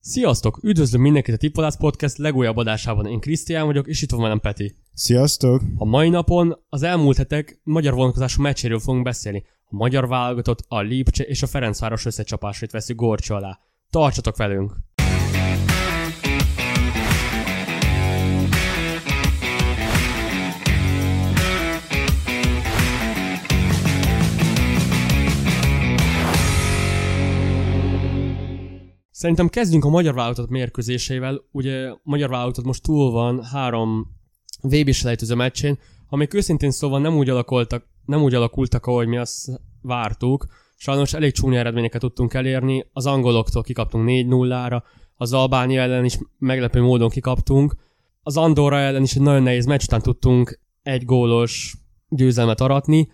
Sziasztok! Üdvözlöm mindenkit a Tippalász Podcast legújabb adásában. Én Krisztián vagyok, és itt van velem Peti. Sziasztok! A mai napon az elmúlt hetek magyar vonatkozású meccséről fogunk beszélni. A magyar válogatott, a Lipcse és a Ferencváros összecsapásait veszük górcső alá. Tartsatok velünk! Szerintem kezdjünk a magyar válogatott mérkőzéseivel. Ugye a magyar válogatott most túl van 3 VB-s selejtező meccsén, amik őszintén szóval nem úgy alakultak, ahogy mi azt vártuk. Sajnos elég csúnya eredményeket tudtunk elérni. Az angoloktól kikaptunk 4-0-ra, az Albánia ellen is meglepő módon kikaptunk. Az Andorra ellen is egy nagyon nehéz meccs után tudtunk egy gólos győzelmet aratni.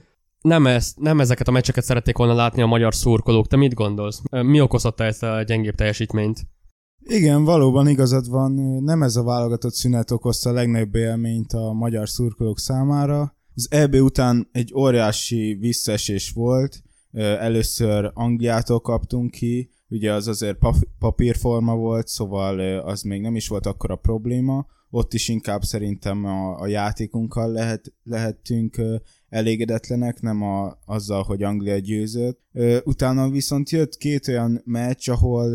Nem ezeket a meccseket szerették volna látni a magyar szurkolók. Te mit gondolsz? Mi okozhatta ezt a gyengébb teljesítményt? Igen, valóban igazad van. Nem ez a válogatott szünet okozta a legnagyobb élményt a magyar szurkolók számára. Az EB után egy óriási visszaesés volt. Először Angliától kaptunk ki, ugye az azért papírforma volt, szóval az még nem is volt akkora probléma. Ott is inkább szerintem a játékunkkal lehettünk elégedetlenek, nem azzal, hogy Anglia győzött. Utána viszont jött 2 olyan meccs, ahol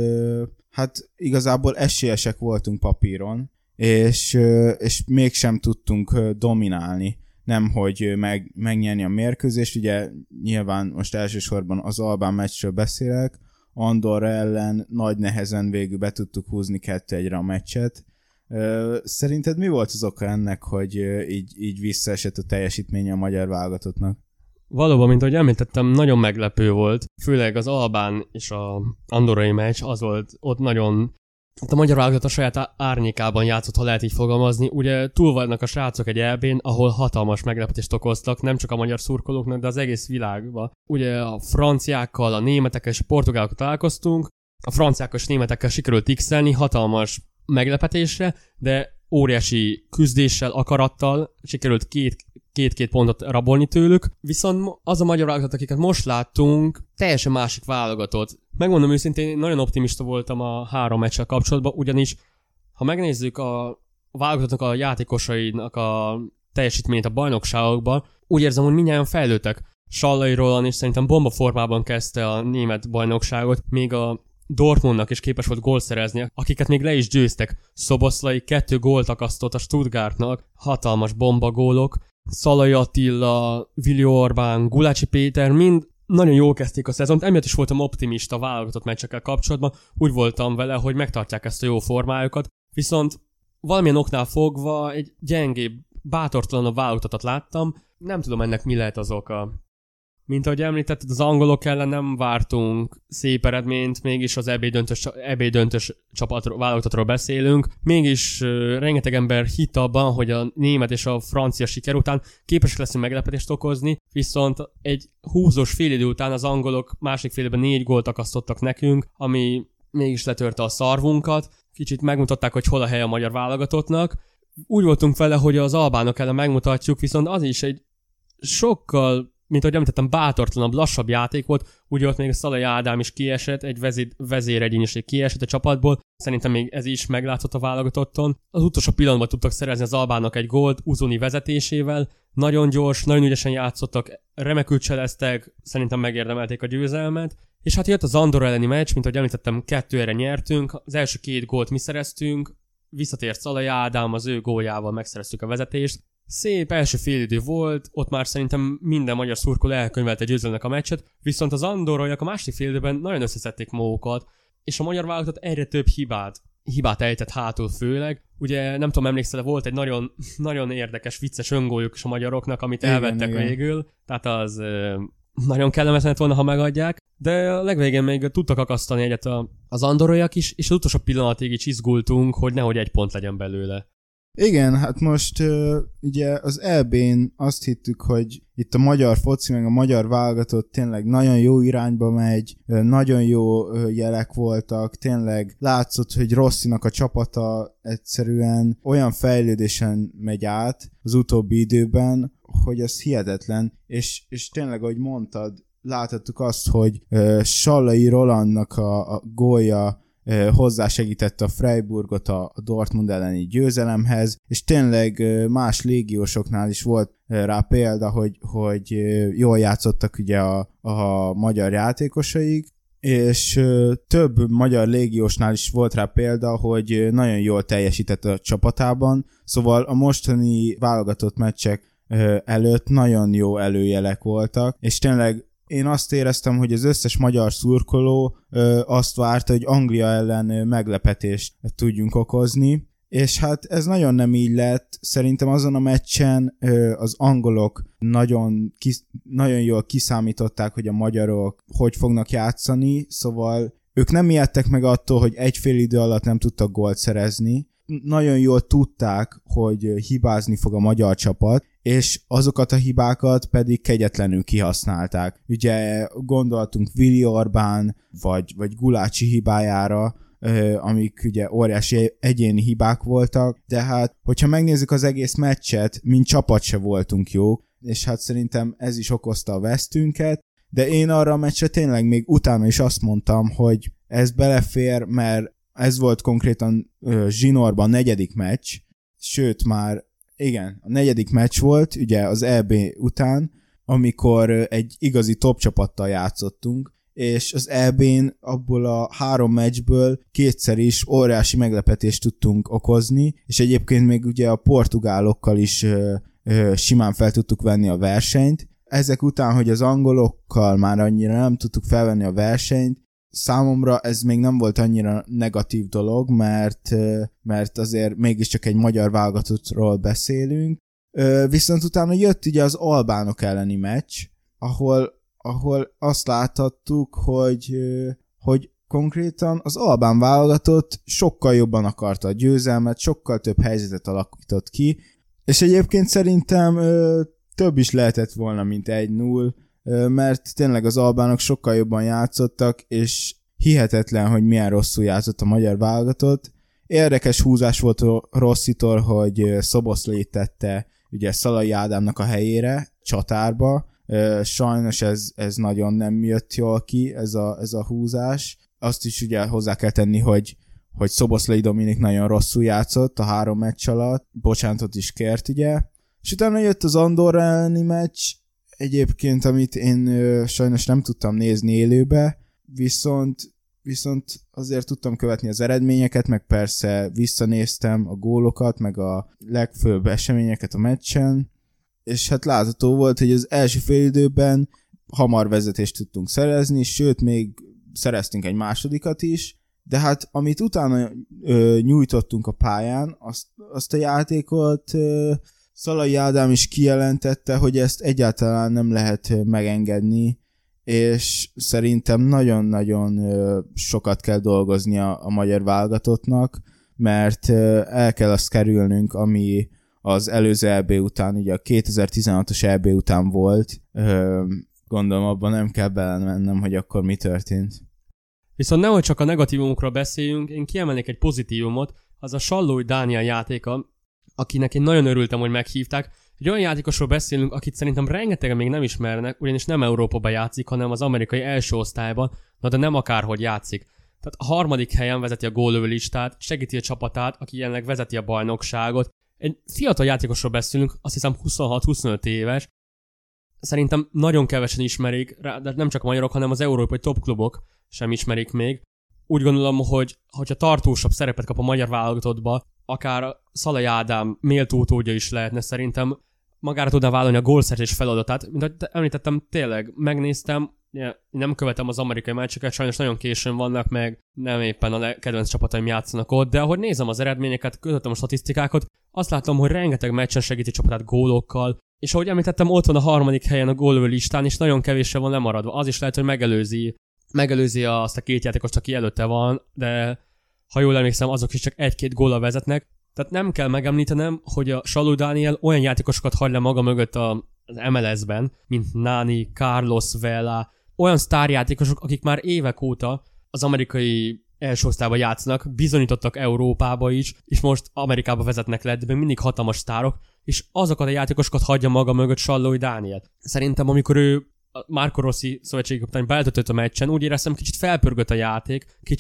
hát igazából esélyesek voltunk papíron, és mégsem tudtunk dominálni. Nem, hogy megnyerni a mérkőzést, ugye nyilván most elsősorban az albán meccsről beszélek, Andorra ellen nagy nehezen végül be tudtuk húzni 2-1-re a meccset. Szerinted mi volt az oka ennek, hogy így visszaesett a teljesítménye a magyar válogatottnak? Valóban, mint ahogy említettem, nagyon meglepő volt. Főleg az albán és az andorrai meccs az volt ott nagyon... A magyar válogatott a saját árnyékában játszott, ha lehet így fogalmazni. Ugye túl vannak a srácok egy EB-n, ahol hatalmas meglepetést okoztak, nem csak a magyar szurkolóknak, de az egész világban. Ugye a franciákkal, a németekkel és a portugálokkal találkoztunk. A franciákkal és németekkel sikerült x-elni hatalmas meglepetésre, de óriási küzdéssel, akarattal sikerült két pontot rabolni tőlük, viszont az a magyar válogatott, akiket most láttunk, teljesen másik válogatott. Megmondom őszintén, nagyon optimista voltam a 3 meccsel kapcsolatban, ugyanis ha megnézzük a válogatottnak a játékosainak a teljesítményét a bajnokságokban, úgy érzem, hogy mindjárt fejlődtek. Sallai Roland és szerintem bombaformában kezdte a német bajnokságot, még a Dortmundnak is képes volt gólt szerezni, akiket még le is győztek. Szoboszlai 2 gólt akasztott a Stuttgartnak, hatalmas bombagólok. Szalai Attila, Vili Orbán, Gulácsi Péter mind nagyon jól kezdték a szezont, emiatt is voltam optimista válogatott meccsekkel kapcsolatban, úgy voltam vele, hogy megtartják ezt a jó formájukat, viszont valamilyen oknál fogva egy gyengébb, bátortalanabb válogatottat láttam, nem tudom ennek mi lehet az oka. Mint ahogy említetted, az angolok ellen nem vártunk szép eredményt, mégis az EB döntős válogatottról beszélünk. Mégis rengeteg ember hitt abban, hogy a német és a francia siker után képesek leszünk meglepetést okozni, viszont egy húzós félidő után az angolok másik félidőben 4 gólt akasztottak nekünk, ami mégis letörte a szarvunkat. Kicsit megmutatták, hogy hol a hely a magyar válogatottnak. Úgy voltunk vele, hogy az albánok ellen megmutatjuk, viszont az is egy sokkal, mint ahogy említettem, bátortlanabb, lassabb játék volt, úgy volt még a Szalai Ádám is kiesett, egy vezéregyéniség kiesett a csapatból, szerintem még ez is meglátszott a válogatotton. Az utolsó pillanatban tudtak szerezni az albánok egy gólt Uzuni vezetésével, nagyon gyors, nagyon ügyesen játszottak, remekül cseleztek, szerintem megérdemelték a győzelmet, és hát jött az Andorra elleni meccs, mint ahogy említettem, 2-1 nyertünk, az első 2 gólt mi szereztünk, visszatért Szalai Ádám, az ő góljával megszereztük a vezetést. Szép első félidő volt, ott már szerintem minden magyar szurkoló elkönyvelte győzelmek a meccset, viszont az andorraiak a második félidőben nagyon összeszedték magukat, és a magyar válogatott egyre több hibát ejtett hátul főleg. Ugye nem tudom, emlékszel, volt egy nagyon, nagyon érdekes, vicces öngóljuk is a magyaroknak, amit elvettek végül, tehát az nagyon kellemetlen lett volna, ha megadják, de a legvégén még tudtak akasztani egyet az andorraiak is, és az utolsó pillanatig is izgultunk, hogy nehogy 1 pont legyen belőle. Igen, hát most ugye az EB-n azt hittük, hogy itt a magyar foci, meg a magyar válogatott tényleg nagyon jó irányba megy, nagyon jó jelek voltak, tényleg látszott, hogy Rossinak a csapata egyszerűen olyan fejlődésen megy át az utóbbi időben, hogy ez hihetetlen, és tényleg, ahogy mondtad, láthattuk azt, hogy Sallai Rolandnak a gólja hozzásegítette a Freiburgot a Dortmund elleni győzelemhez, és tényleg más légiósoknál is volt rá példa, hogy jól játszottak ugye a magyar játékosaik, és több magyar légiósnál is volt rá példa, hogy nagyon jól teljesített a csapatában, szóval a mostani válogatott meccsek előtt nagyon jó előjelek voltak, és tényleg én azt éreztem, hogy az összes magyar szurkoló azt várta, hogy Anglia ellen meglepetést tudjunk okozni, és hát ez nagyon nem így lett. Szerintem azon a meccsen az angolok nagyon jól kiszámították, hogy a magyarok hogy fognak játszani, szóval ők nem ijedtek meg attól, hogy egy fél idő alatt nem tudtak gólt szerezni. Nagyon jól tudták, hogy hibázni fog a magyar csapat, és azokat a hibákat pedig kegyetlenül kihasználták. Ugye gondoltunk Willi Orbán, vagy Gulácsi hibájára, amik ugye óriási egyéni hibák voltak, de hát, hogyha megnézzük az egész meccset, mint csapat se voltunk jók, és hát szerintem ez is okozta a vesztünket, de én arra a meccsre tényleg még utána is azt mondtam, hogy ez belefér, mert ez volt konkrétan zsinórban 4. meccs, sőt már igen, a 4. meccs volt, ugye az EB után, amikor egy igazi top csapattal játszottunk, és az EB-n abból a 3 meccsből 2-szer is óriási meglepetést tudtunk okozni, és egyébként még ugye a portugálokkal is simán fel tudtuk venni a versenyt. Ezek után, hogy az angolokkal már annyira nem tudtuk felvenni a versenyt, számomra ez még nem volt annyira negatív dolog, mert azért mégiscsak egy magyar válogatottról beszélünk. Viszont utána jött ugye az albánok elleni meccs, ahol azt láthattuk, hogy konkrétan az albán válogatott sokkal jobban akarta a győzelmet, sokkal több helyzetet alakított ki, és egyébként szerintem több is lehetett volna, mint 1-0, mert tényleg az albánok sokkal jobban játszottak, és hihetetlen, hogy milyen rosszul játszott a magyar válogatott. Érdekes húzás volt Rosszitól, hogy Szoboszlait tette ugye Szalai Ádámnak a helyére, csatárba. Sajnos ez nagyon nem jött jól ki, ez a húzás. Azt is ugye hozzá kell tenni, hogy Szoboszlai Dominik nagyon rosszul játszott a 3 meccs alatt, bocsánatot is kért ugye. És utána jött az Andorra elleni meccs, egyébként, amit én sajnos nem tudtam nézni élőbe, viszont azért tudtam követni az eredményeket, meg persze visszanéztem a gólokat, meg a legfőbb eseményeket a meccsen, és hát látható volt, hogy az első félidőben hamar vezetést tudtunk szerezni, sőt, még szereztünk egy másodikat is, de hát amit utána nyújtottunk a pályán, azt a játékot Szalai Ádám is kijelentette, hogy ezt egyáltalán nem lehet megengedni, és szerintem nagyon-nagyon sokat kell dolgozni a magyar válogatottnak, mert el kell azt kerülnünk, ami az előző EB után, ugye a 2016-os EB után volt. Gondolom abban nem kell belemennem, hogy akkor mi történt. Viszont nehogy csak a negatívumokról beszéljünk, én kiemelnék egy pozitívumot, az a Sallói Dániel játéka, akinek én nagyon örültem, hogy meghívták. Egy olyan játékosról beszélünk, akit szerintem rengetegen még nem ismernek, ugyanis nem Európában játszik, hanem az amerikai első osztályban, de nem akárhogy játszik. Tehát a 3. helyen vezeti a góllövő listát, segíti a csapatát, aki jelenleg vezeti a bajnokságot. Egy fiatal játékosról beszélünk, azt hiszem 26-25 éves. Szerintem nagyon kevesen ismerik, de nem csak a magyarok, hanem az európai topklubok sem ismerik még. Úgy gondolom, hogy ha tartósabb szerepet kap a magyar válogatottba, akár Szalai Ádám méltó utódja is lehetne, szerintem magára tudná vállalni a gólszerzés feladatát. Mint ahogy említettem, tényleg megnéztem, nem követem az amerikai meccseket, sajnos nagyon későn vannak, meg nem éppen a kedvenc csapataim játszanak ott, de ahogy nézem az eredményeket, közöttem a statisztikákat, azt látom, hogy rengeteg meccsen segíti csapatát gólokkal, és ahogy említettem, ott van a 3. helyen a gólövő listán, és nagyon kevéssel van lemaradva. Az is lehet, hogy megelőzi azt a 2 játékost, aki előtte van, de ha jól emlékszem, azok is csak 1-2 góllal vezetnek. Tehát nem kell megemlítenem, hogy a Sallói Dániel olyan játékosokat hagy le maga mögött az MLS-ben, mint Nani, Carlos Vela, olyan sztárjátékosok, akik már évek óta az amerikai első osztályban játszanak, bizonyítottak Európába is, és most Amerikába vezetnek le, de még mindig hatalmas sztárok, és azokat a játékosokat hagyja maga mögött Sallói Dániel. Szerintem, amikor ő Marco Rossi szövetségi kapitány beletöltött a meccsen, úgy éreztem, kicsit felpörgött a játék, kicsit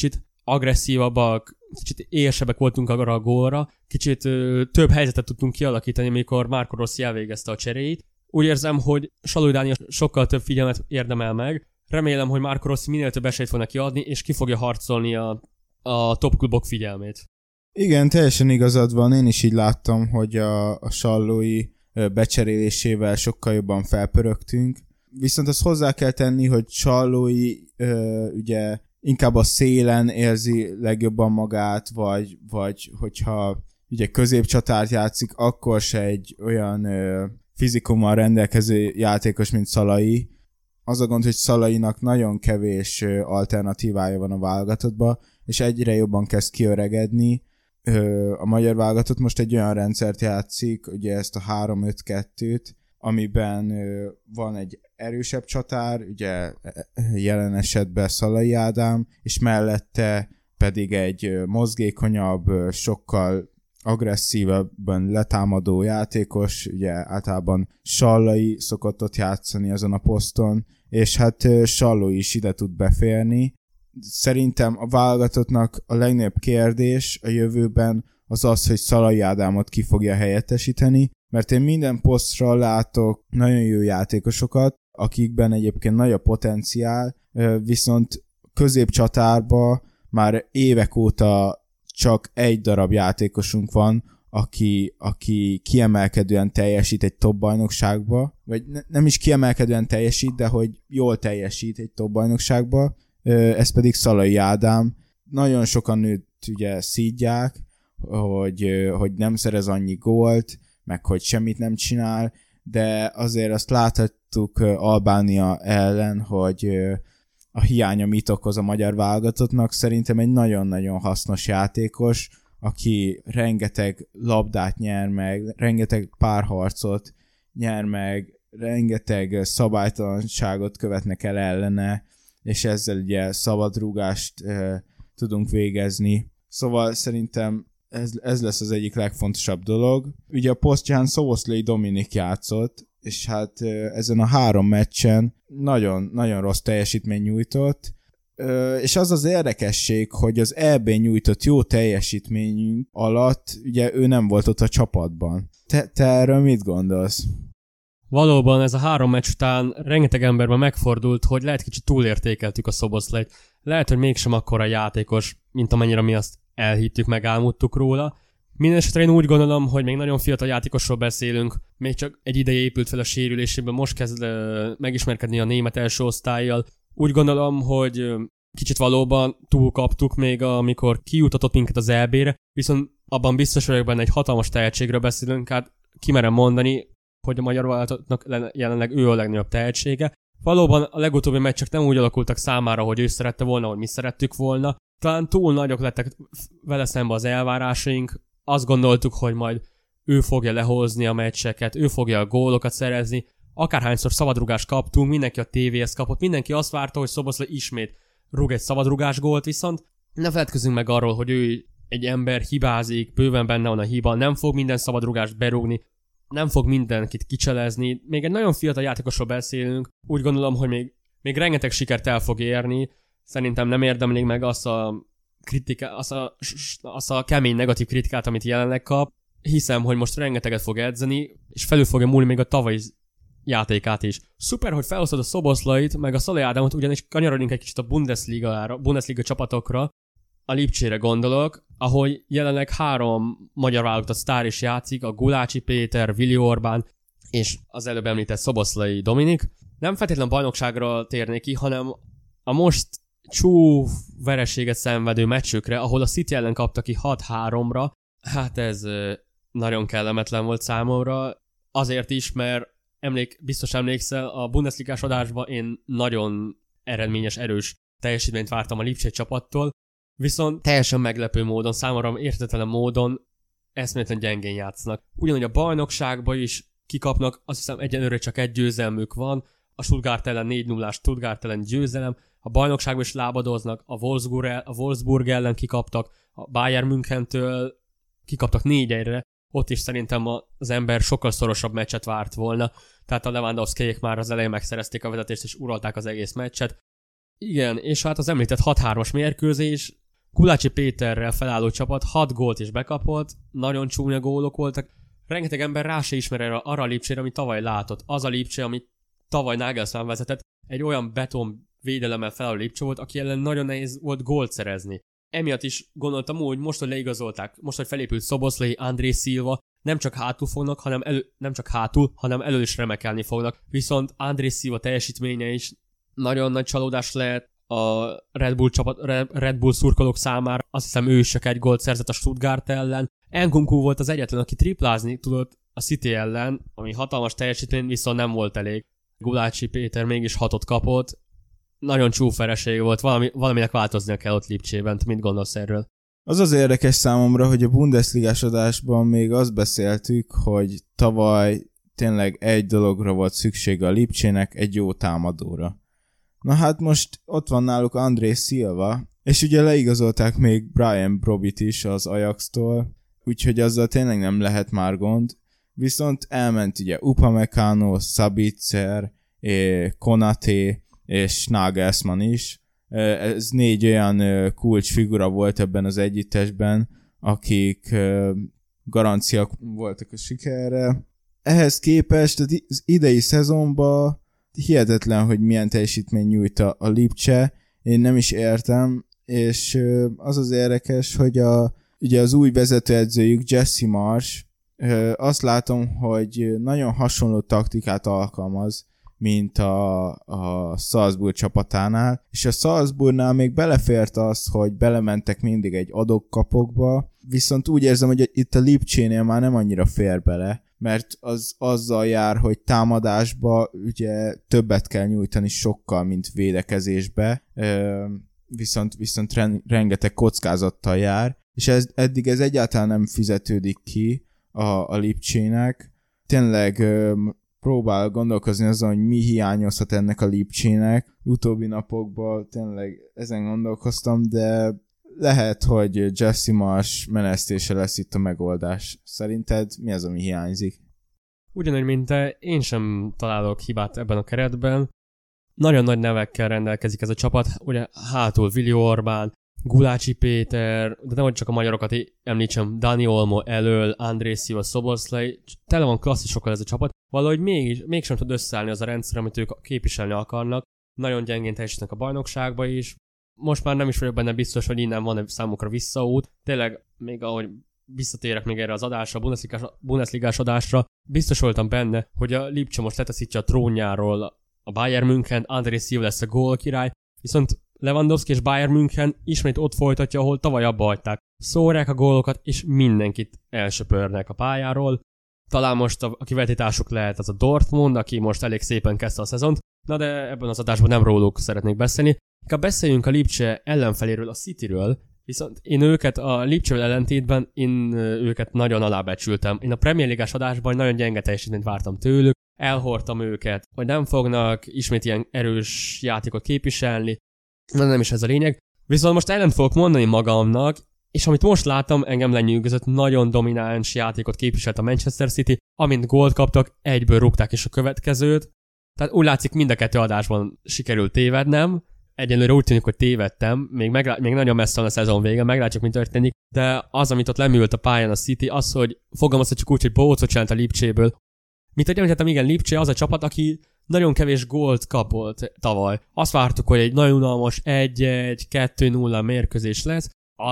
agresszívabbak, kicsit élsebbek voltunk arra a gólra, kicsit több helyzetet tudtunk kialakítani, amikor Marco Rossi elvégezte a cseréit. Úgy érzem, hogy Salói Dániel sokkal több figyelmet érdemel meg. Remélem, hogy Marco Rossi minél több esélyt fog neki adni, és ki fogja harcolni a top klubok figyelmét. Igen, teljesen igazad van, én is így láttam, hogy a Sallói becserélésével sokkal jobban felpörögtünk. Viszont azt hozzá kell tenni, hogy Sallói ugye inkább a szélen érzi legjobban magát, vagy hogyha ugye középcsatárt játszik, akkor se egy olyan fizikummal rendelkező játékos, mint Szalai. Az a gond, hogy Szalainak nagyon kevés alternatívája van a válogatottban, és egyre jobban kezd kiöregedni. A magyar válogatott most egy olyan rendszert játszik, ugye ezt a 3-5-2-t, amiben van egy erősebb csatár, ugye jelen esetben Szalai Ádám, és mellette pedig egy mozgékonyabb, sokkal agresszívebben letámadó játékos, ugye általában Sallai szokott ott játszani azon a poszton, és hát Sallói is ide tud beférni. Szerintem a válogatottnak a legnagyobb kérdés a jövőben az az, hogy Szalai Ádámot ki fogja helyettesíteni, mert én minden posztra látok nagyon jó játékosokat, akikben egyébként nagy a potenciál, viszont középcsatárba már évek óta csak egy darab játékosunk van, aki kiemelkedően teljesít egy top bajnokságba, vagy nem is kiemelkedően teljesít, de hogy jól teljesít egy top bajnokságba, ez pedig Szalai Ádám. Nagyon sokan őt ugye szídják, hogy nem szerez annyi gólt, meg hogy semmit nem csinál, de azért azt láthattuk Albánia ellen, hogy a hiánya mit okoz a magyar válogatottnak. Szerintem egy nagyon-nagyon hasznos játékos, aki rengeteg labdát nyer meg, rengeteg párharcot nyer meg, rengeteg szabálytalanságot követnek el ellene, és ezzel ugye szabadrúgást tudunk végezni. Szóval szerintem ez lesz az egyik legfontosabb dolog. Ugye a posztján Szoboszlai Dominik játszott, és hát ezen a 3 meccsen nagyon, nagyon rossz teljesítmény nyújtott, és az az érdekesség, hogy az EB-n nyújtott jó teljesítményünk alatt ugye ő nem volt ott a csapatban. Te erről mit gondolsz? Valóban ez a 3 meccs után rengeteg emberben megfordult, hogy lehet kicsit túlértékeltük a Szoboszlait. Lehet, hogy mégsem akkora játékos, mint amennyire mi azt elhittük, megálmodtuk róla. Mindenesetre én úgy gondolom, hogy még nagyon fiatal játékosról beszélünk, még csak egy ideje épült fel a sérülésében, most kezd megismerkedni a német első osztályjal. Úgy gondolom, hogy kicsit valóban túlkaptuk még, amikor kijutatott minket az EB-re, viszont abban biztos vagyok benne, egy hatalmas tehetségről beszélünk, hát kimerem mondani, hogy a magyar válogatottnak jelenleg ő a legnagyobb tehetsége. Valóban a legutóbbi meccsek nem úgy alakultak számára, hogy ő szerette volna, hogy mi szerettük volna. Talán túl nagyok lettek vele szembe az elvárásaink. Azt gondoltuk, hogy majd ő fogja lehozni a meccseket, ő fogja a gólokat szerezni. Akárhányszor szabadrugást kaptunk, mindenki a tévéhez kapott, mindenki azt várta, hogy Szoboszlai ismét rúg egy szabadrugás gólt, viszont ne feledkezzünk meg arról, hogy ő egy ember, hibázik, bőven benne van a hiba, nem fog minden szabadrugást berúgni, nem fog mindenkit kicselezni. Még egy nagyon fiatal játékosról beszélünk, úgy gondolom, hogy még rengeteg sikert el fog érni. Szerintem nem érdemlik meg azt a kemény negatív kritikát, amit jelenleg kap. Hiszem, hogy most rengeteget fog edzeni, és felül fogja múlni még a tavalyi játékát is. Szuper, hogy felhoztad a Szoboszlait, meg a Szalai Ádámot, ugyanis kanyarodjunk egy kicsit a Bundesliga csapatokra. A Lipcsére gondolok, ahogy jelenleg 3 magyar válogatott sztár is játszik, a Gulácsi Péter, Vili Orbán és az előbb említett Szoboszlai Dominik. Nem feltétlen bajnokságra térnék ki, hanem a most vereséget szenvedő meccsükre, ahol a City ellen kapta ki 6-3-ra. Hát ez nagyon kellemetlen volt számomra. Azért is, mert biztos emlékszel, a Bundesligás adásban én nagyon eredményes, erős teljesítményt vártam a Lipcse csapattól, viszont teljesen meglepő módon, számomra érthetetlen módon eszméletlen gyengén játszanak. Ugyanúgy a bajnokságban is kikapnak, azt hiszem egyenlőre csak egy győzelmük van, a Stuttgart ellen 4-0-ás Stuttgart ellen győzelem, a bajnokságban is lábadoznak, a Wolfsburg ellen kikaptak, a Bayern Münchentől kikaptak 4-1-re, ott is szerintem az ember sokkal szorosabb meccset várt volna, tehát a Lewandowskiék már az elején megszerezték a vezetést és uralták az egész meccset. Igen, és hát az említett 6-3-as mérkőzés, Gulácsi Péterrel felálló csapat 6 gólt is bekapott, nagyon csúnya gólok voltak. Rengeteg ember rá se ismer arra a Lipcsére, ami tavaly látott. Az a Lipcse, ami tavaly Nagelsmann vezetett, egy olyan beton védelemmel felálló Lipcse volt, aki ellen nagyon nehéz volt gólt szerezni. Emiatt is gondoltam úgy, most, hogy leigazolták, most, hogy felépült Szoboszlai, André Silva, nem csak hátul, hanem elől is remekelni fognak. Viszont André Silva teljesítménye is nagyon nagy csalódás lehet a Red Bull szurkolók számára. Azt hiszem, ő is csak egy gólt szerzett a Stuttgart ellen. Nkunku volt az egyetlen, aki triplázni tudott a City ellen, ami hatalmas teljesítmény, viszont nem volt elég. Gulácsi Péter mégis 6-ot kapott. Nagyon csúfereség volt, valaminek változnia kell ott Lipcsében. Mit gondolsz erről? Az érdekes számomra, hogy a Bundesligás adásban még azt beszéltük, hogy tavaly tényleg egy dologra volt szüksége a Lipcsének, egy jó támadóra. Na hát most ott van náluk André Silva, és ugye leigazolták még Brian Brobbyt is az Ajax-tól, úgyhogy azzal tényleg nem lehet már gond. Viszont elment ugye Upamecano, Sabitzer, Konaté és Nagelsmann is. Ez 4 olyan kulcsfigura volt ebben az együttesben, akik garanciák voltak a sikerre. Ehhez képest az idei szezonban hihetetlen, hogy milyen teljesítmény nyújt a Lipcse, én nem is értem, és az érdekes, hogy ugye az új vezetőedzőjük Jesse Marsch, azt látom, hogy nagyon hasonló taktikát alkalmaz, mint a Salzburg csapatánál, és a Salzburgnál még belefért az, hogy belementek mindig egy adok-kapokba, viszont úgy érzem, hogy itt a Lipcsénél már nem annyira fér bele, mert az azzal jár, hogy támadásba ugye többet kell nyújtani sokkal, mint védekezésbe, viszont rengeteg kockázattal jár, és eddig ez egyáltalán nem fizetődik ki a Lipcsének. Tényleg próbál gondolkozni azon, hogy mi hiányozhat ennek a Lipcsének. Utóbbi napokban tényleg ezen gondolkoztam, de lehet, hogy Jesse Marsch menesztése lesz itt a megoldás. Szerinted mi az, ami hiányzik? Ugyanúgy, mint te, én sem találok hibát ebben a keretben. Nagyon nagy nevekkel rendelkezik ez a csapat. Ugye hátul Willi Orbán, Gulácsi Péter, de nem csak a magyarokat említsem, Dani Olmo elől, André Silva, Szoboszlai, tele van klasszisokkal ez a csapat. Valahogy mégsem tud összeállni az a rendszer, amit ők képviselni akarnak. Nagyon gyengén teljesítenek a bajnokságba is. Most már nem is vagyok benne biztos, hogy innen van számukra visszaút. Tényleg, még ahogy visszatérek még erre az adásra, a Bundesligás adásra, biztos voltam benne, hogy a Lipcse most leteszítse a trónjáról a Bayern München, André Silva lesz a gólkirály, viszont Lewandowski és Bayern München ismét ott folytatja, ahol tavaly abba hagyták. Szórják a gólokat, és mindenkit elsöpörnek a pályáról. Talán most a kivetításuk lehet az a Dortmund, aki most elég szépen kezdte a szezont, na de ebben az adásban nem róluk szeretnék beszélni. Inkább beszéljünk a Lipcse ellenfeléről, a Cityről, viszont én őket a Lipcsével ellentétben, őket nagyon alábecsültem. Én a Premier Ligás adásban nagyon gyenge teljesítményt vártam tőlük, elhordtam őket, hogy nem fognak ismét ilyen erős játékot képviselni, de nem is ez a lényeg. Viszont most ellent fogok mondani magamnak, és amit most láttam, engem lenyűgözött, nagyon domináns játékot képviselt a Manchester City, amint gólt kaptak, egyből rúgták is a következőt. Tehát úgy látszik, mind a 2 adásban sikerült tévednem. Egyenlőre úgy tűnik, hogy tévedtem, még nagyon messze van a szezon vége, meglátjuk, mi történik, de az, amit ott leműlt a pályán a City, az, hogy fogalmazhatjuk úgy, hogy bócot csinált a Lipcséből. Mint ahogy említettem, igen, Lipcse az a csapat, aki nagyon kevés gólt kapott tavaly. Azt vártuk, hogy egy nagyon unalmas 1-1, 2-0 mérkőzés lesz.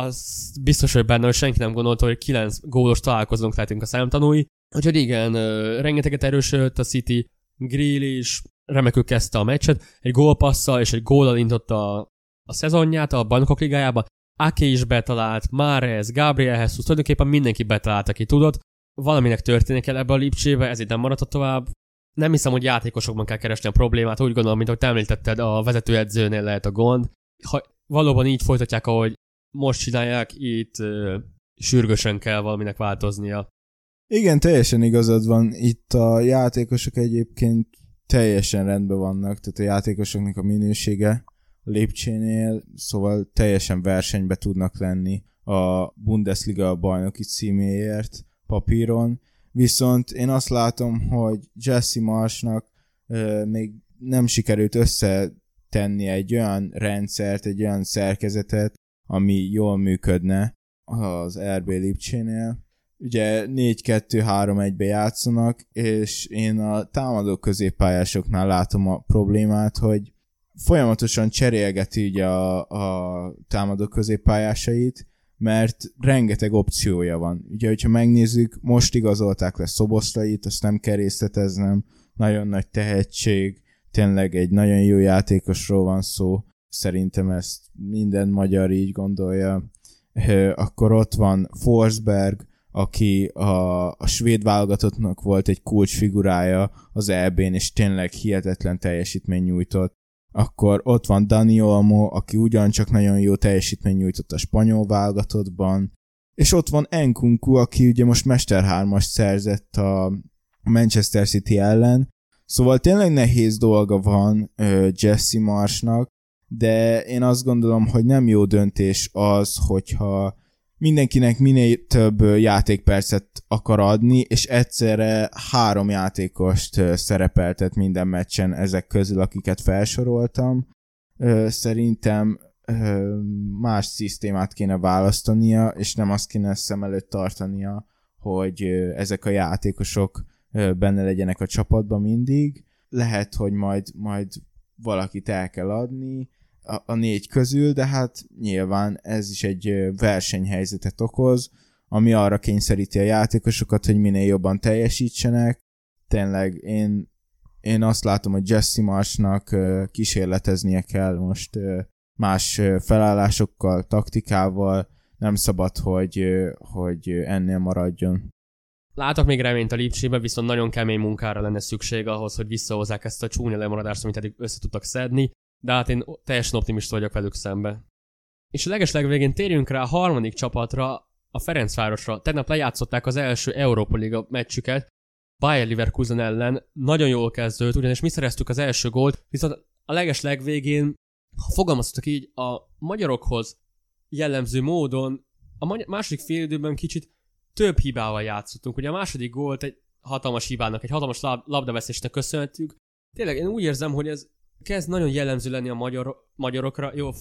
Az biztos, hogy benne, hogy senki nem gondolta, hogy 9 gólos találkozónk lehetünk a számtanúi. Úgyhogy igen, rengeteget erősödött a City, Grealish remekül kezdte a meccset, egy gólpasszal és egy góllal indította a szezonját a Bajnokok Ligájába. Ake is betalált, Mahrez, Gabriel Jesus, tulajdonképpen mindenki betalált, aki tudott. Valaminek történik el ebbe a Lipcsébe, ez itt nem maradhat tovább. Nem hiszem, hogy játékosokban kell keresni a problémát, úgy gondolom, mint ahogy te említetted, a vezetőedzőnél lehet a gond. Ha valóban így folytatják, ahogy most csinálják, itt sürgősen kell valaminek változnia. Igen, teljesen igazad van. Itt a játékosok egyébként teljesen rendben vannak, tehát a játékosoknak a minősége a Lipcsénél, szóval teljesen versenybe tudnak lenni a Bundesliga bajnoki címéért papíron, viszont én azt látom, hogy Jesse Marschnak még nem sikerült összetenni egy olyan rendszert, egy olyan szerkezetet, ami jól működne az RB Lipcsénél. Ugye 4-2-3-1-be játszanak, és én a támadó középpályásoknál látom a problémát, hogy folyamatosan cserélgeti ugye a támadó középpályásait, mert rengeteg opciója van. Ugye, hogyha megnézzük, most igazolták le Szoboszlait, azt nem kell részleteznem, nagyon nagy tehetség, tényleg egy nagyon jó játékosról van szó, szerintem ezt minden magyar így gondolja. Akkor ott van Forsberg, aki a svéd válogatottnak volt egy kulcsfigurája az EB-n, és tényleg hihetetlen teljesítmény nyújtott. Akkor ott van Dani Olmo, aki ugyancsak nagyon jó teljesítmény nyújtott a spanyol válogatottban, és ott van Nkunku, aki ugye most Mester 3-as szerzett a Manchester City ellen, szóval tényleg nehéz dolga van Jesse Marshnak, de én azt gondolom, hogy nem jó döntés az, hogyha mindenkinek minél több játékpercet akar adni, és egyszerre 3 játékost szerepeltet minden meccsen ezek közül, akiket felsoroltam. Szerintem más szisztémát kéne választania, és nem azt kéne szem előtt tartania, hogy ezek a játékosok benne legyenek a csapatban mindig. Lehet, hogy majd valakit el kell adni a 4 közül, de hát nyilván ez is egy versenyhelyzetet okoz, ami arra kényszeríti a játékosokat, hogy minél jobban teljesítsenek. Tényleg én azt látom, hogy Jesse Marshnak kísérleteznie kell most más felállásokkal, taktikával, nem szabad, hogy ennél maradjon. Látok még reményt a Lipcsébe, viszont nagyon kemény munkára lenne szükség ahhoz, hogy visszahozzák ezt a csúnya lemaradást, amit eddig össze tudtak szedni, de hát én teljesen optimista vagyok velük szembe. És a legeslegvégén térjünk rá a harmadik csapatra, a Ferencvárosra. Tegnap lejátszották az első Európa Liga meccsüket Bayer Leverkusen ellen. Nagyon jól kezdődött, ugyanis mi szereztük az első gólt, viszont a legeslegvégén, ha fogalmaztuk így, a magyarokhoz jellemző módon a második félidőben kicsit több hibával játszottunk. Ugye a második gólt egy hatalmas hibának, egy hatalmas labdavesztésnek köszönhetjük. Tényleg én úgy érzem, hogy ez kezd nagyon jellemző lenni a magyarokra. Jó,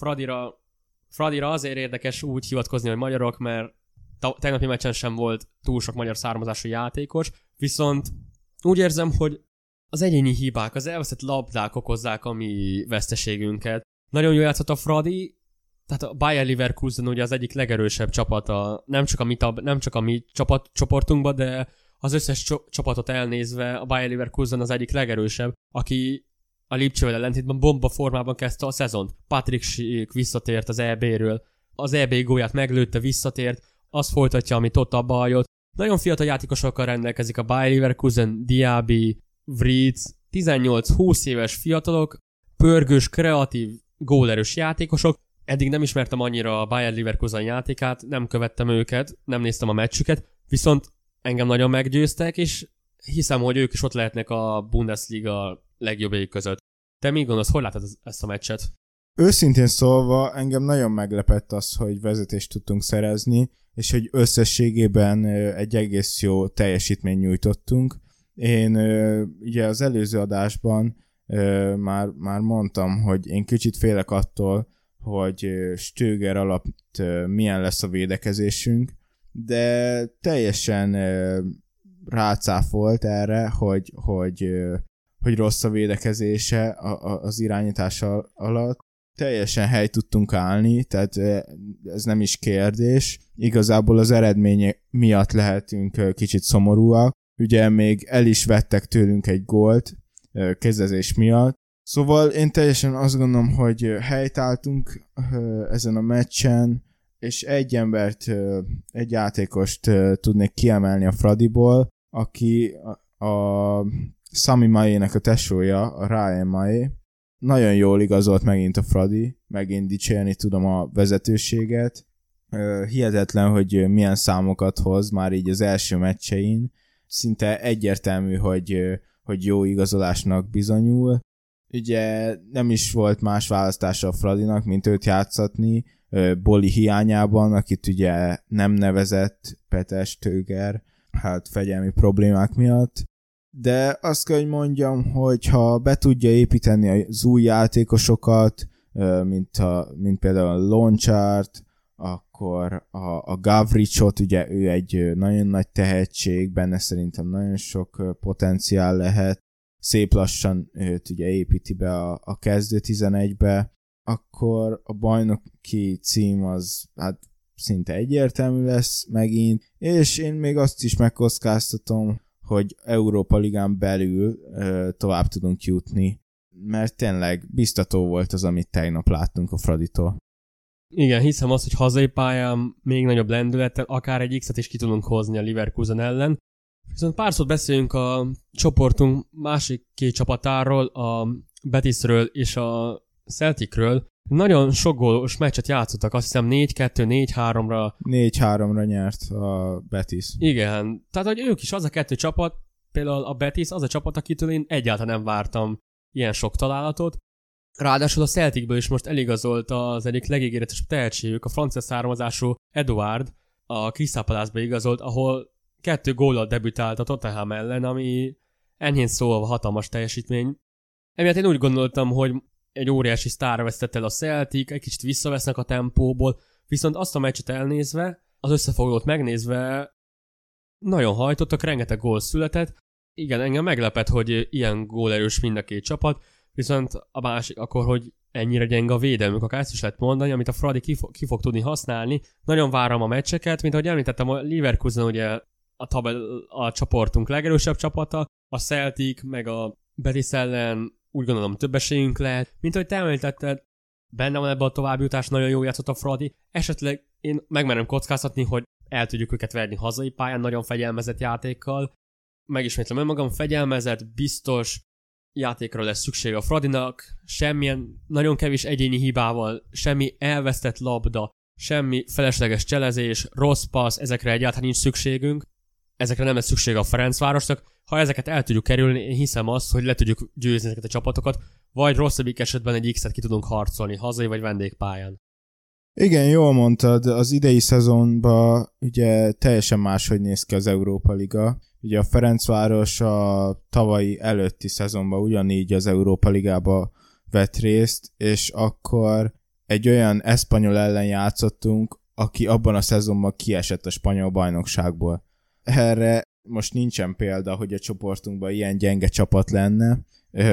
Fradira azért érdekes úgy hivatkozni, hogy magyarok, mert tegnapi meccsen sem volt túl sok magyar származású játékos, viszont úgy érzem, hogy az egyéni hibák, az elveszett labdák okozzák a mi veszteségünket. Nagyon jól játszott a Fradi, tehát a Bayer Leverkusen ugye az egyik legerősebb csapat, nem csak a mi csoportunkban, de az összes csapatot elnézve a Bayer Leverkusen az egyik legerősebb, aki a Lipcsével ellentétben bomba formában kezdte a szezont. Patrick Schick visszatért az EB-ről, az EB gólját meglőtte, visszatért, azt folytatja, amit ott abba hagyott. Nagyon fiatal játékosokkal rendelkezik a Bayer Leverkusen, Diaby, Vries, 18-20 éves fiatalok, pörgős, kreatív, gólerős játékosok. Eddig nem ismertem annyira a Bayer Leverkusen játékát, nem követtem őket, nem néztem a meccsüket, viszont engem nagyon meggyőztek, és hiszem, hogy ők is ott lehetnek a Bundesliga legjobbjai között. Te mi gondolsz, hogy látod ezt a meccset? Őszintén szólva engem nagyon meglepett az, hogy vezetést tudtunk szerezni, és hogy összességében egy egész jó teljesítményt nyújtottunk. Én ugye az előző adásban már mondtam, hogy én kicsit félek attól, hogy Stöger alatt milyen lesz a védekezésünk, de teljesen rácáfolt erre, hogy rossz a védekezése az irányítása alatt. Teljesen hely tudtunk állni, tehát ez nem is kérdés. Igazából az eredmény miatt lehetünk kicsit szomorúak. Ugye még el is vettek tőlünk egy gólt kezezés miatt. Szóval én teljesen azt gondolom, hogy helytálltunk ezen a meccsen, és egy embert, egy játékost tudnék kiemelni a Fradiból, aki a Sami Maének a tesója, a Ryan Maé. Nagyon jól igazolt megint a Fradi, megint dicsérni tudom a vezetőséget. Hihetetlen, hogy milyen számokat hoz már így az első meccsein. Szinte egyértelmű, hogy jó igazolásnak bizonyul. Ugye nem is volt más választása a Fradinak, mint őt játszatni, Boli hiányában, akit ugye nem nevezett Peter Stöger, hát fegyelmi problémák miatt. De azt kell, hogy mondjam, hogy ha be tudja építeni az új játékosokat, mint például a Lonchart, akkor a Gavricsot, ugye ő egy nagyon nagy tehetség, benne szerintem nagyon sok potenciál lehet, szép lassan őt ugye építi be a kezdő 11-be, akkor a bajnoki cím az hát szinte egyértelmű lesz megint, és én még azt is megkockáztatom, hogy Európa Ligán belül tovább tudunk jutni, mert tényleg biztató volt az, amit tegnap láttunk a Fraditól. Igen, hiszem azt, hogy hazai pályán még nagyobb lendülettel akár egy X-et is ki tudunk hozni a Leverkusen ellen. Viszont pár szót beszéljünk a csoportunk másik két csapatáról, a Betisről és a Celticről. Nagyon sok gólos meccset játszottak, azt hiszem 4-2, 4-3-ra. 4-3-ra nyert a Betis. Igen, tehát hogy ők is az a kettő csapat, például a Betis az a csapat, akitől én egyáltalán nem vártam ilyen sok találatot. Ráadásul a Celticből is most eligazolt az egyik legígéretesebb tehetségük, a francia származású Eduard, a Crystal Palace-ba igazolt, ahol 2 góllal debütált a Tottenham ellen, ami enyhén szólva hatalmas teljesítmény. Emiatt én úgy gondoltam, hogy egy óriási sztár vesztett el a Celtic, egy kicsit visszavesznek a tempóból, viszont azt a meccset elnézve, az összefoglalót megnézve nagyon hajtottak, rengeteg gól született. Igen, engem meglepett, hogy ilyen gólerős mind a két csapat, viszont a másik akkor, hogy ennyire gyenge a védelmük, akár ezt is lehet mondani, amit a Fradi ki fog tudni használni. Nagyon várom a meccseket, mint ahogy említettem, a Leverkusen ugye a csoportunk legerősebb csapata, a Celtic meg a Betis ellen úgy gondolom több esélyünk lehet. Mint ahogy te említetted, benne van ebben a továbbjutás, nagyon jó játszott a Fradi. Esetleg én megmerem kockáztatni, hogy el tudjuk őket verni hazai pályán, nagyon fegyelmezett játékkal. Megismétlem önmagam, fegyelmezett, biztos játékra lesz szükség a Fradinak, semmilyen, nagyon kevés egyéni hibával, semmi elvesztett labda, semmi felesleges cselezés, rossz passz, ezekre egyáltalán nincs szükségünk. Ezekre nem lesz szükség a Ferencvárosnak. Ha ezeket el tudjuk kerülni, én hiszem azt, hogy le tudjuk győzni ezeket a csapatokat, vagy rosszabbik esetben egy X-et ki tudunk harcolni, hazai vagy vendégpályán. Igen, jól mondtad, az idei szezonban ugye teljesen máshogy néz ki az Európa Liga. Ugye a Ferencváros a tavalyi előtti szezonban ugyanígy az Európa Ligába vett részt, és akkor egy olyan Espanyol ellen játszottunk, aki abban a szezonban kiesett a spanyol bajnokságból. Erre most nincsen példa, hogy a csoportunkban ilyen gyenge csapat lenne.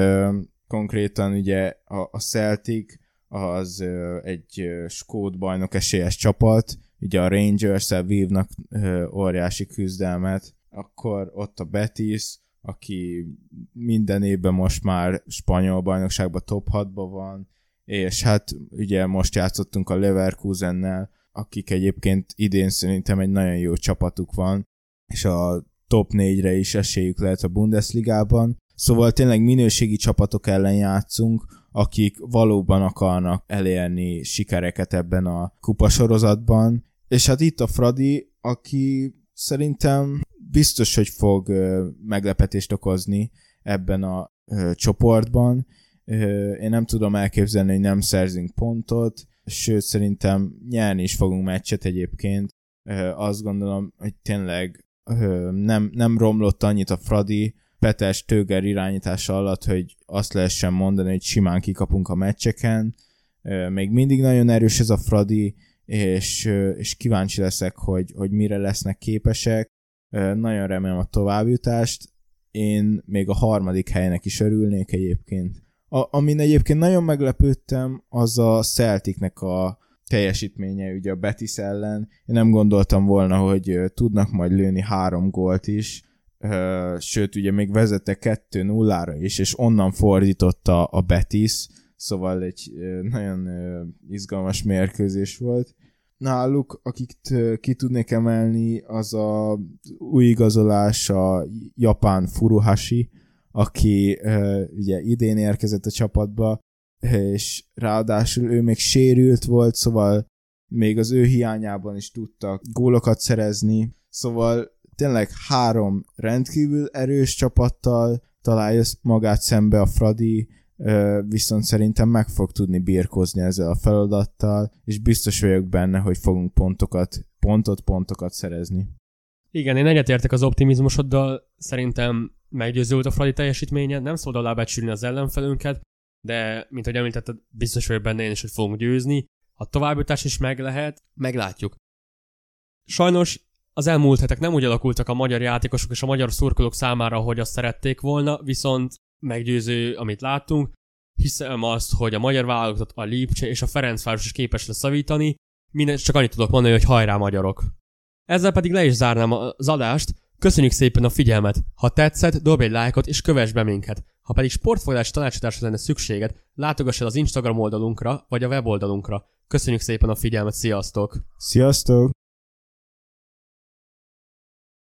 Konkrétan ugye a Celtic az egy skót bajnok esélyes csapat, ugye a Rangers-el vívnak óriási küzdelmet, akkor ott a Betis, aki minden évben most már spanyol bajnokságban top 6-ban van, és hát ugye most játszottunk a Leverkusennel, akik egyébként idén szerintem egy nagyon jó csapatuk van, és a top 4-re is esélyük lehet a Bundesligában. Szóval tényleg minőségi csapatok ellen játszunk, akik valóban akarnak elérni sikereket ebben a kupasorozatban. És hát itt a Fradi, aki szerintem biztos, hogy fog meglepetést okozni ebben a csoportban. Én nem tudom elképzelni, hogy nem szerzünk pontot, sőt szerintem nyerni is fogunk meccset egyébként. Azt gondolom, hogy tényleg nem romlott annyit a Fradi Peter Stöger irányítása alatt, hogy azt lehessen mondani, hogy simán kikapunk a meccseken. Még mindig nagyon erős ez a Fradi, és kíváncsi leszek, hogy mire lesznek képesek. Nagyon remélem a továbbjutást. Én még a 3. helynek is örülnék egyébként. Amin egyébként nagyon meglepődtem, az a Celticnek a teljesítménye ugye a Betis ellen. Én nem gondoltam volna, hogy tudnak majd lőni 3 gólt is, sőt ugye még vezette 2-0-ra is, és onnan fordította a Betis, szóval egy nagyon izgalmas mérkőzés volt. Náluk, akiket ki tudnék emelni, az a új igazolás, a japán Furuhashi, aki ugye idén érkezett a csapatba, és ráadásul ő még sérült volt, szóval még az ő hiányában is tudtak gólokat szerezni, szóval tényleg 3 rendkívül erős csapattal találja magát szembe a Fradi, viszont szerintem meg fog tudni birkózni ezzel a feladattal, és biztos vagyok benne, hogy fogunk pontokat szerezni. Igen, én egyetértek az optimizmusoddal, szerintem meggyőző a Fradi teljesítménye, nem szabad alábecsülni az ellenfelünket, de mint ahogy említetted, biztos vagyok benne én is, hogy fogunk győzni. A továbbjutás is meg lehet, meglátjuk. Sajnos az elmúlt hetek nem úgy alakultak a magyar játékosok és a magyar szurkolók számára, ahogy azt szerették volna, viszont meggyőző, amit láttunk. Hiszem azt, hogy a magyar válogatott, a Lipcse és a Ferencváros is képes lesz szavítani. Minden, csak annyit tudok mondani, hogy hajrá magyarok! Ezzel pedig le is zárnám az adást. Köszönjük szépen a figyelmet! Ha tetszett, dobj egy lájkot és kövess be minket! Ha pedig sportfogadási tanácsadásra lenne szükséged, látogass el az Instagram oldalunkra vagy a weboldalunkra. Köszönjük szépen a figyelmet, sziasztok! Sziasztok!